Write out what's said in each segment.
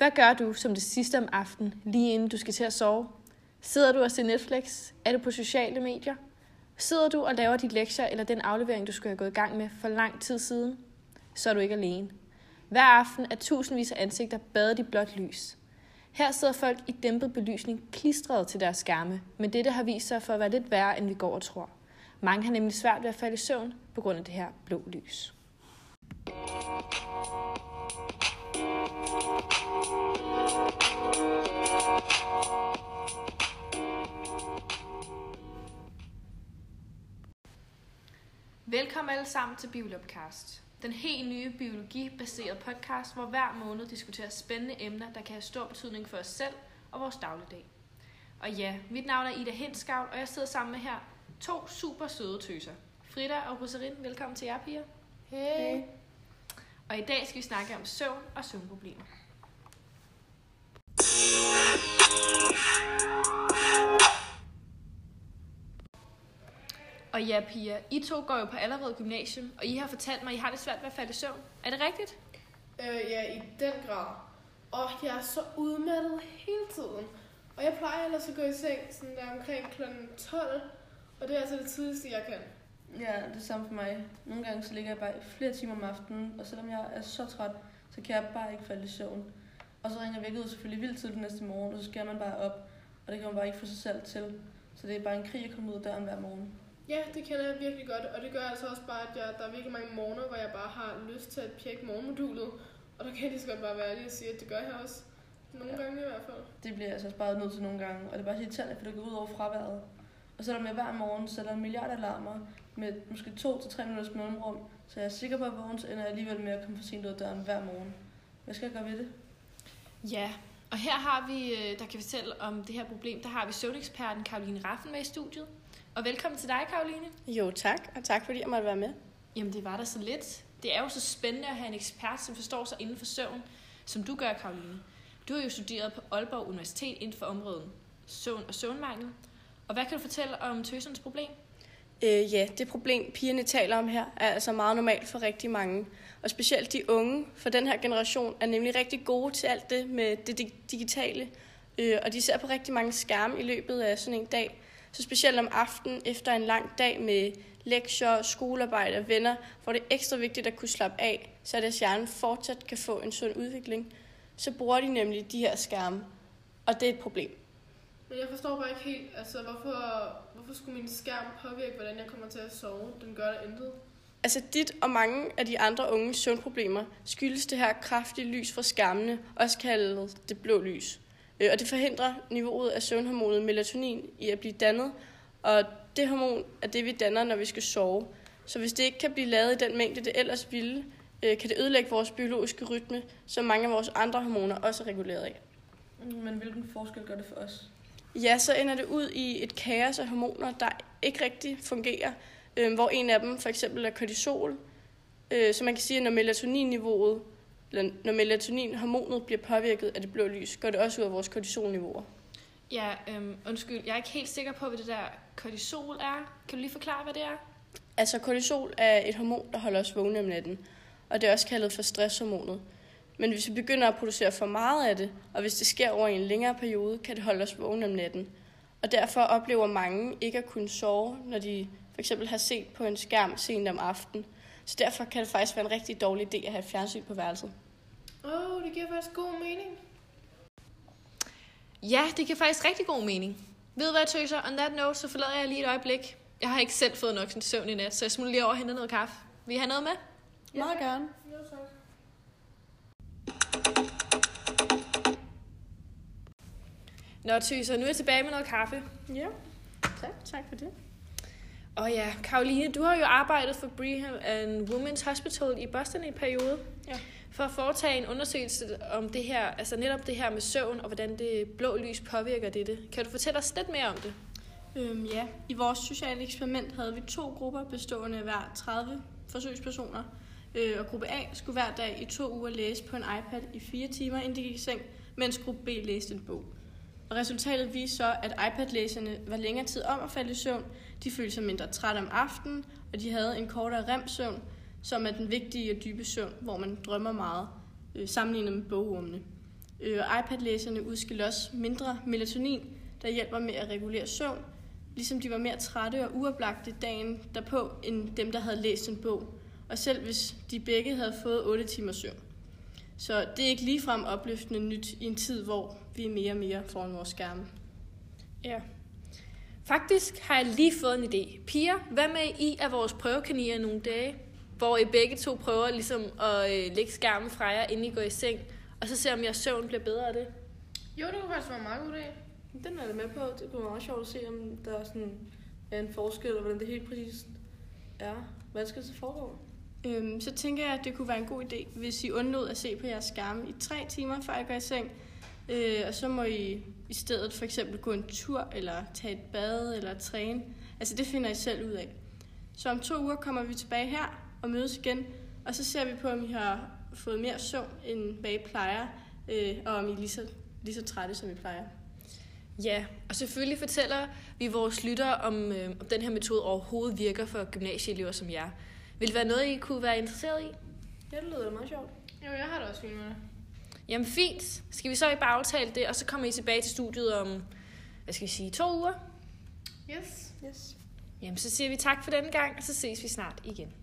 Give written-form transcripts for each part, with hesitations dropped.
Hvad gør du som det sidste om aftenen, lige inden du skal til at sove? Sidder du og ser Netflix? Er du på sociale medier? Sidder du og laver dit lektier eller den aflevering, du skulle have gået i gang med for lang tid siden? Så er du ikke alene. Hver aften er tusindvis af ansigter badet i blåt lys. Her sidder folk i dæmpet belysning klistret til deres skærme, men dette har vist sig for at være lidt værre, end vi går og tror. Mange har nemlig svært ved at falde i søvn på grund af det her blå lys. Velkommen alle sammen til Biolopcast. Den helt nye biologibaserede podcast, hvor hver måned diskuterer spændende emner, der kan have stor betydning for os selv og vores dagligdag. Og ja, mit navn er Ida Hinskavl, og jeg sidder sammen med her to super søde tøser. Frida og Rosarin, velkommen til jer piger. Hey. Og i dag skal vi snakke om søvn og søvnproblemer. Og ja, piger, I to går jo på Allerød Gymnasium, og I har fortalt mig, at I har det svært ved at falde i søvn. Er det rigtigt? Ja, i den grad. Og jeg er så udmattet hele tiden. Og jeg plejer ellers at gå i seng sådan der omkring kl. 12, og det er altså det tidligste, jeg kan. Ja, det er samme for mig. Nogle gange så ligger jeg bare flere timer om aftenen, og selvom jeg er så træt, så kan jeg bare ikke falde i søvn. Og så ringer jeg vækket selvfølgelig vildt tidligt næste morgen, og så skal man bare op, og det kan man bare ikke få sig selv til. Så det er bare en krig at komme ud af døren hver morgen. Ja, det kender jeg virkelig godt, og det gør altså også bare, at der er virkelig mange morgener, hvor jeg bare har lyst til at pjekke morgenmodulet. Og der kan jeg lige så godt bare være ærlig og sige, at det gør jeg også. Nogle gange i hvert fald. Det bliver jeg altså også bare nødt til nogle gange, og det er bare så irriterende, for det går ud over fraværet. Og selvom jeg hver morgen sætter en milliard alarmer med måske 2 til 3 minutters mellemrum, så jeg er sikker på, at vågen så ender jeg alligevel med at komme for sent ud af døren hver morgen. Hvad skal jeg gøre ved det? Ja, og her har vi, der kan fortælle om det her problem, der har vi søvneksperten Caroline Raffen med i studiet. Og velkommen til dig, Caroline. Jo, tak. Og tak, fordi jeg måtte være med. Jamen, det var der så lidt. Det er jo så spændende at have en ekspert, som forstår sig inden for søvn, som du gør, Caroline. Du har jo studeret på Aalborg Universitet inden for området søvn og søvnmangel. Og hvad kan du fortælle om tøsernes problem? Ja, det problem, pigerne taler om her, er altså meget normalt for rigtig mange. Og specielt de unge for den her generation er nemlig rigtig gode til alt det med det digitale. Og de ser på rigtig mange skærme i løbet af sådan en dag. Så specielt om aftenen efter en lang dag med lektier, skolearbejde og venner, hvor det er ekstra vigtigt at kunne slappe af, så deres hjerne fortsat kan få en sund udvikling. Så bruger de nemlig de her skærme, og det er et problem. Men jeg forstår bare ikke helt, altså hvorfor skulle min skærm påvirke, hvordan jeg kommer til at sove? Den gør der intet. Altså dit og mange af de andre unges søvnproblemer skyldes det her kraftige lys fra skærmene, også kaldet det blå lys. Og det forhindrer niveauet af søvnhormonet melatonin i at blive dannet, og det hormon er det, vi danner, når vi skal sove. Så hvis det ikke kan blive lavet i den mængde, det ellers ville, kan det ødelægge vores biologiske rytme, som mange af vores andre hormoner også er reguleret af. Men hvilken forskel gør det for os? Ja, så ender det ud i et kaos af hormoner, der ikke rigtig fungerer, hvor en af dem for eksempel er kortisol. Så man kan sige, at når melatoninhormonet bliver påvirket af det blå lys, går det også ud af vores kortisolniveauer. Ja, undskyld, jeg er ikke helt sikker på, hvad det der kortisol er. Kan du lige forklare, hvad det er? Altså kortisol er et hormon, der holder os vågne om natten, og det er også kaldet for stresshormonet. Men hvis vi begynder at producere for meget af det, og hvis det sker over en længere periode, kan det holde os vågne om natten. Og derfor oplever mange ikke at kunne sove, når de for eksempel har set på en skærm sent om aftenen. Så derfor kan det faktisk være en rigtig dårlig idé at have fjernsyn på værelset. Det giver faktisk god mening. Ja, det giver faktisk rigtig god mening. Ved du hvad, tøser? On that note, så forlader jeg lige et øjeblik. Jeg har ikke selv fået nok sådan søvn i nat, så jeg smutter lige over og henter noget kaffe. Vil I have noget med? Meget gerne. Jo, tak. Nå, tøser, nu er jeg tilbage med noget kaffe. Ja, tak for det. Og ja, Caroline, du har jo arbejdet for Brigham and Women's Hospital i Boston i en periode. Ja. For at foretage en undersøgelse om det her, altså netop det her med søvn, og hvordan det blå lys påvirker det. Kan du fortælle os lidt mere om det? Ja, i vores sociale eksperiment havde vi 2 grupper bestående af hver 30 forsøgspersoner. Og gruppe A skulle hver dag i 2 uger læse på en iPad i 4 timer, inden de gik i seng, mens gruppe B læste en bog. Og resultatet viste så, at iPad-læserne var længere tid om at falde i søvn, de følte sig mindre trætte om aftenen, og de havde en kortere REM-søvn, som er den vigtige og dybe søvn, hvor man drømmer meget, sammenlignet med bogormene. iPad-læserne udskilte også mindre melatonin, der hjælper med at regulere søvn, ligesom de var mere trætte og uoplagte dagen derpå, end dem, der havde læst en bog. Og selv hvis de begge havde fået 8 timer søvn. Så det er ikke ligefrem opløftende nyt i en tid, hvor vi er mere og mere foran vores skærme. Ja. Faktisk har jeg lige fået en idé. Piger, hvad med I er vores prøvekaniner nogle dage, hvor I begge to prøver ligesom at lægge skærmen fra jer, inden I går i seng, og så ser om jeres søvn bliver bedre af det? Jo, det kunne faktisk være en meget god idé. Den er jeg med på. Det kunne være meget sjovt at se, om der er sådan en forskel, og hvordan det helt præcis er. Hvad skal det så foregå? Så tænker jeg, at det kunne være en god idé, hvis I undlod at se på jeres skærme i 3 timer, før I går i seng. Og så må I stedet for eksempel gå en tur, eller tage et bad, eller træne. Altså det finder I selv ud af. Så om 2 uger kommer vi tilbage her og mødes igen, og så ser vi på, om I har fået mere søvn, end hvad I plejer, og om I er lige så trætte, som I plejer. Ja, og selvfølgelig fortæller vi vores lyttere, om den her metode overhovedet virker for gymnasieelever som jer. Vil det være noget, I kunne være interesseret i? Ja, det lyder da meget sjovt. Jo, jeg har det også fint med det. Jamen fint. Skal vi så bare aftale det, og så kommer I tilbage til studiet om, 2 uger? Yes. Jamen så siger vi tak for denne gang, og så ses vi snart igen.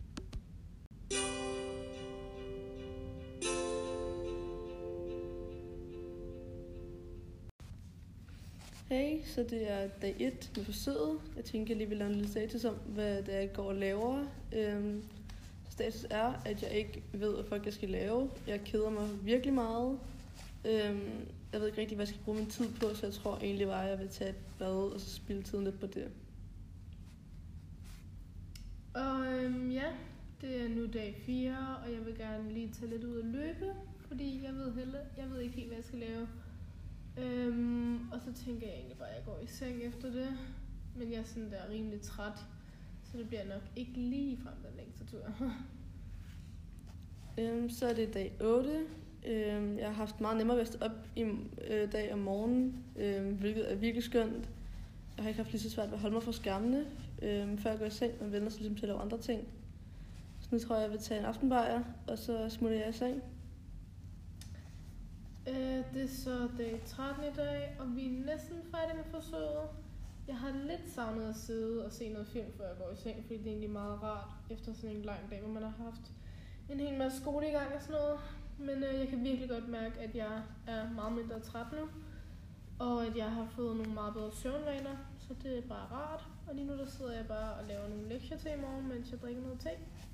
Hey, så det er dag 1 med forsøget. Jeg tænker, jeg lige vil lave en lille status om, hvad det er, jeg går og laver. Status er, at jeg ikke ved, hvad folk jeg skal lave. Jeg keder mig virkelig meget. Jeg ved ikke rigtig, hvad jeg skal bruge min tid på, så jeg tror egentlig bare, at jeg vil tage et bad og så spilde tiden lidt på det. Og ja, det er nu dag 4, og jeg vil gerne lige tage lidt ud og løbe, fordi jeg ved ikke helt, hvad jeg skal lave. Og så tænker jeg egentlig bare, at jeg går i seng efter det. Men jeg er sådan der rimelig træt, så det bliver nok ikke lige frem den længste tur. Så er det dag 8. Jeg har haft meget nemmere ved at stå op i dag om morgenen, hvilket er virkelig skønt. Jeg har ikke haft lige så svært ved at holde mig fra skærmene, før jeg går i seng, og vender sig ligesom til at lave andre ting. Så nu tror jeg vil tage en aftenbajer, og så smutter jeg i seng. Det er så dag 13 i dag, og vi er næsten færdige med forsøget. Jeg har lidt savnet at sidde og se noget film, før jeg går i seng, fordi det er egentlig meget rart efter sådan en lang dag, hvor man har haft en hel masse skole i gang og sådan noget. Men jeg kan virkelig godt mærke, at jeg er meget mindre træt nu, og at jeg har fået nogle meget bedre søvnvaner, så det er bare rart. Og lige nu der sidder jeg bare og laver nogle lektier til i morgen, mens jeg drikker noget te.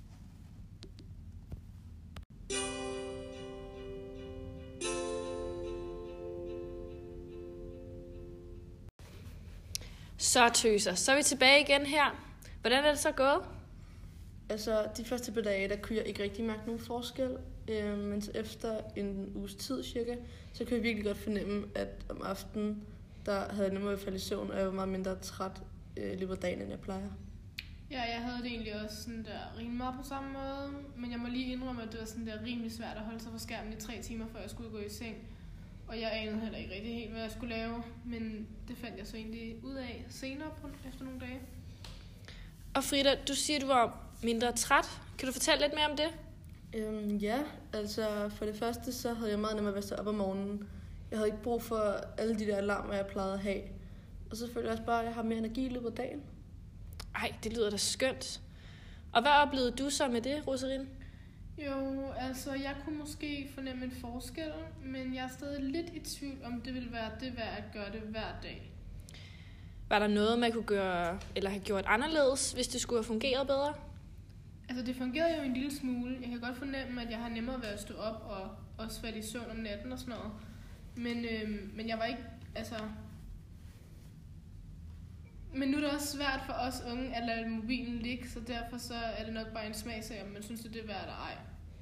Så tøser, så er vi tilbage igen her. Hvordan er det så gået? Altså, de første par dage, der kunne jeg ikke rigtig mærke nogen forskel. Men så efter en uges tid cirka, så kunne jeg virkelig godt fornemme, at om aftenen, der havde jeg nemmere at falde i søvn, og jeg var meget mindre træt i løbet af dagen, end jeg plejer. Ja, jeg havde det egentlig også sådan der rimelig meget på samme måde, men jeg må lige indrømme, at det var sådan der rimelig svært at holde sig fra skærmen i 3 timer, før jeg skulle gå i seng. Og jeg anede heller ikke rigtig helt, hvad jeg skulle lave, men det fandt jeg så egentlig ud af senere efter nogle dage. Og Frida, du siger, du var mindre træt. Kan du fortælle lidt mere om det? Ja, altså for det første, så havde jeg meget nemmere ved at stå op om morgenen. Jeg havde ikke brug for alle de der alarmer, jeg plejede at have. Og så følte jeg også bare, at jeg har mere energi i løbet af dagen. Ej, det lyder da skønt. Og hvad oplevede du så med det, Roserine? Jo, altså jeg kunne måske fornemme en forskel, men jeg er stadig lidt i tvivl, om det ville være det værd at gøre det hver dag. Var der noget, man kunne gøre eller have gjort anderledes, hvis det skulle have fungeret bedre? Altså det fungerede jo en lille smule. Jeg kan godt fornemme, at jeg har nemmere ved at stå op og også falde i søvn om natten og sådan noget. Men jeg var ikke, altså... Men nu er det også svært for os unge at lade mobilen ligge, så derfor så er det nok bare en smagsag, om man synes, at det er værd eller ej.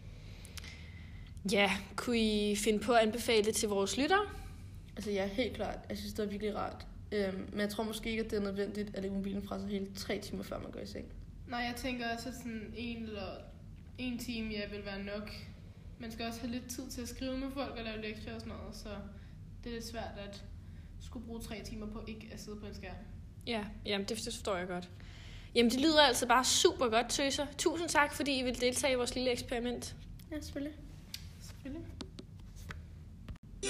Ja, kunne I finde på at anbefale det til vores lyttere? Altså ja, helt klart. Jeg synes, det er virkelig rart. Men jeg tror måske ikke, at det er nødvendigt at lægge mobilen fra sig hele 3 timer, før man går i seng. Nej, jeg tænker også, at sådan en time vil være nok. Man skal også have lidt tid til at skrive med folk og lave lektier og sådan noget, så det er lidt svært at skulle bruge 3 timer på ikke at sidde på en skærm. Ja, jamen det forstår jeg godt. Jamen det lyder altså bare super godt, tøser. Tusind tak, fordi I vil deltage i vores lille eksperiment. Ja, selvfølgelig. Selvfølgelig.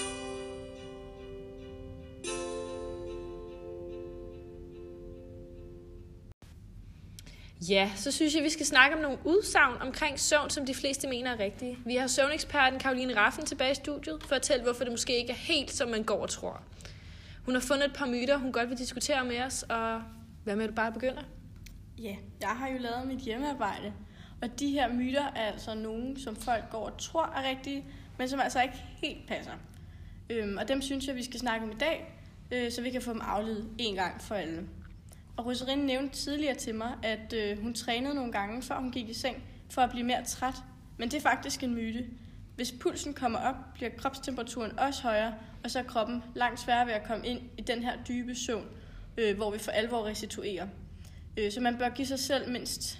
Ja, så synes jeg, vi skal snakke om nogle udsagn omkring søvn, som de fleste mener er rigtige. Vi har søvneksperten Caroline Raffen tilbage i studiet for at fortælle, hvorfor det måske ikke er helt, som man går og tror. Hun har fundet et par myter, hun godt vil diskutere med os, og hvad med, at du bare begynder? Ja, jeg har jo lavet mit hjemmearbejde, og de her myter er altså nogle, som folk går og tror er rigtige, men som altså ikke helt passer. Og dem synes jeg, vi skal snakke om i dag, så vi kan få dem afledt en gang for alle. Og Roserinde nævnte tidligere til mig, at hun trænede nogle gange, før hun gik i seng, for at blive mere træt. Men det er faktisk en myte. Hvis pulsen kommer op, bliver kropstemperaturen også højere, og så er kroppen langt sværere ved at komme ind i den her dybe søvn, hvor vi for alvor restituerer. Så man bør give sig selv mindst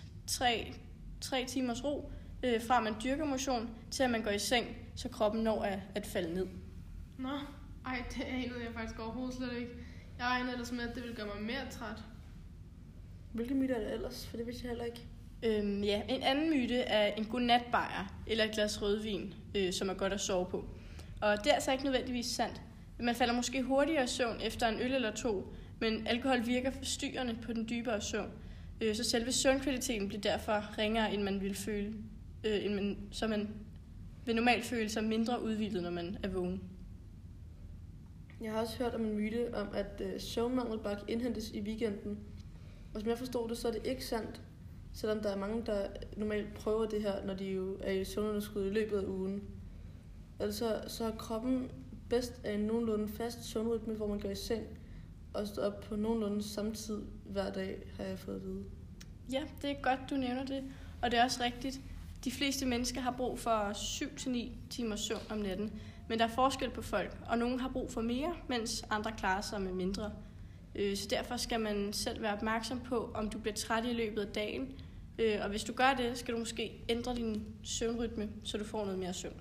3 timers ro, fra man dyrker motion, til at man går i seng, så kroppen når at falde ned. Nå, det anede jeg faktisk overhovedet slet ikke. Jeg regnede ellers med, at det ville gøre mig mere træt. Hvilke myter er det ellers? For det vidste jeg heller ikke. Ja, en anden myte er en godnatbajer eller et glas rødvin, som er godt at sove på. Og det er altså ikke nødvendigvis sandt. Man falder måske hurtigere i søvn efter en øl eller 2, men alkohol virker forstyrrende på den dybere søvn. Så selve søvnkvaliteten bliver derfor ringere, end man vil føle, så man vil normalt føle sig mindre udhvilet, når man er vågen. Jeg har også hørt om en myte om, at søvnmangel bare kan indhentes i weekenden. Og som jeg forstår det, så er det ikke sandt, selvom der er mange, der normalt prøver det her, når de jo er i søvnunderskud i løbet af ugen. Altså, så er kroppen bedst af en nogenlunde fast søvnrytme, hvor man går i seng og står op på nogenlunde samme tid hver dag, har jeg fået at vide. Ja, det er godt, du nævner det. Og det er også rigtigt. De fleste mennesker har brug for 7-9 timers søvn om natten. Men der er forskel på folk, og nogle har brug for mere, mens andre klarer sig med mindre. Så derfor skal man selv være opmærksom på, om du bliver træt i løbet af dagen. Og hvis du gør det, skal du måske ændre din søvnrytme, så du får noget mere søvn.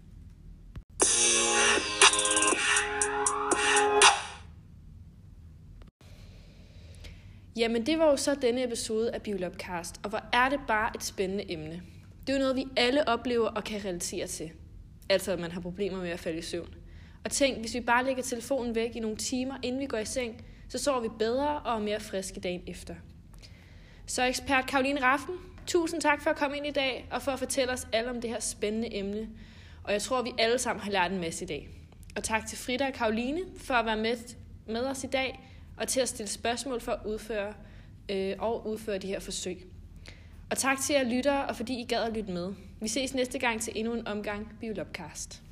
Jamen, det var jo så denne episode af Biolopcast, og hvor er det bare et spændende emne. Det er jo noget, vi alle oplever og kan relatere til. Altså, at man har problemer med at falde i søvn. Og tænk, hvis vi bare lægger telefonen væk i nogle timer, inden vi går i seng, så sover vi bedre og er mere friske dagen efter. Så ekspert Caroline Raffen, tusind tak for at komme ind i dag, og for at fortælle os alle om det her spændende emne. Og jeg tror, vi alle sammen har lært en masse i dag. Og tak til Frida og Caroline for at være med os i dag, og til at stille spørgsmål for at udføre de her forsøg. Og tak til jer lyttere, og fordi I gad at lytte med. Vi ses næste gang til endnu en omgang Biolopcast.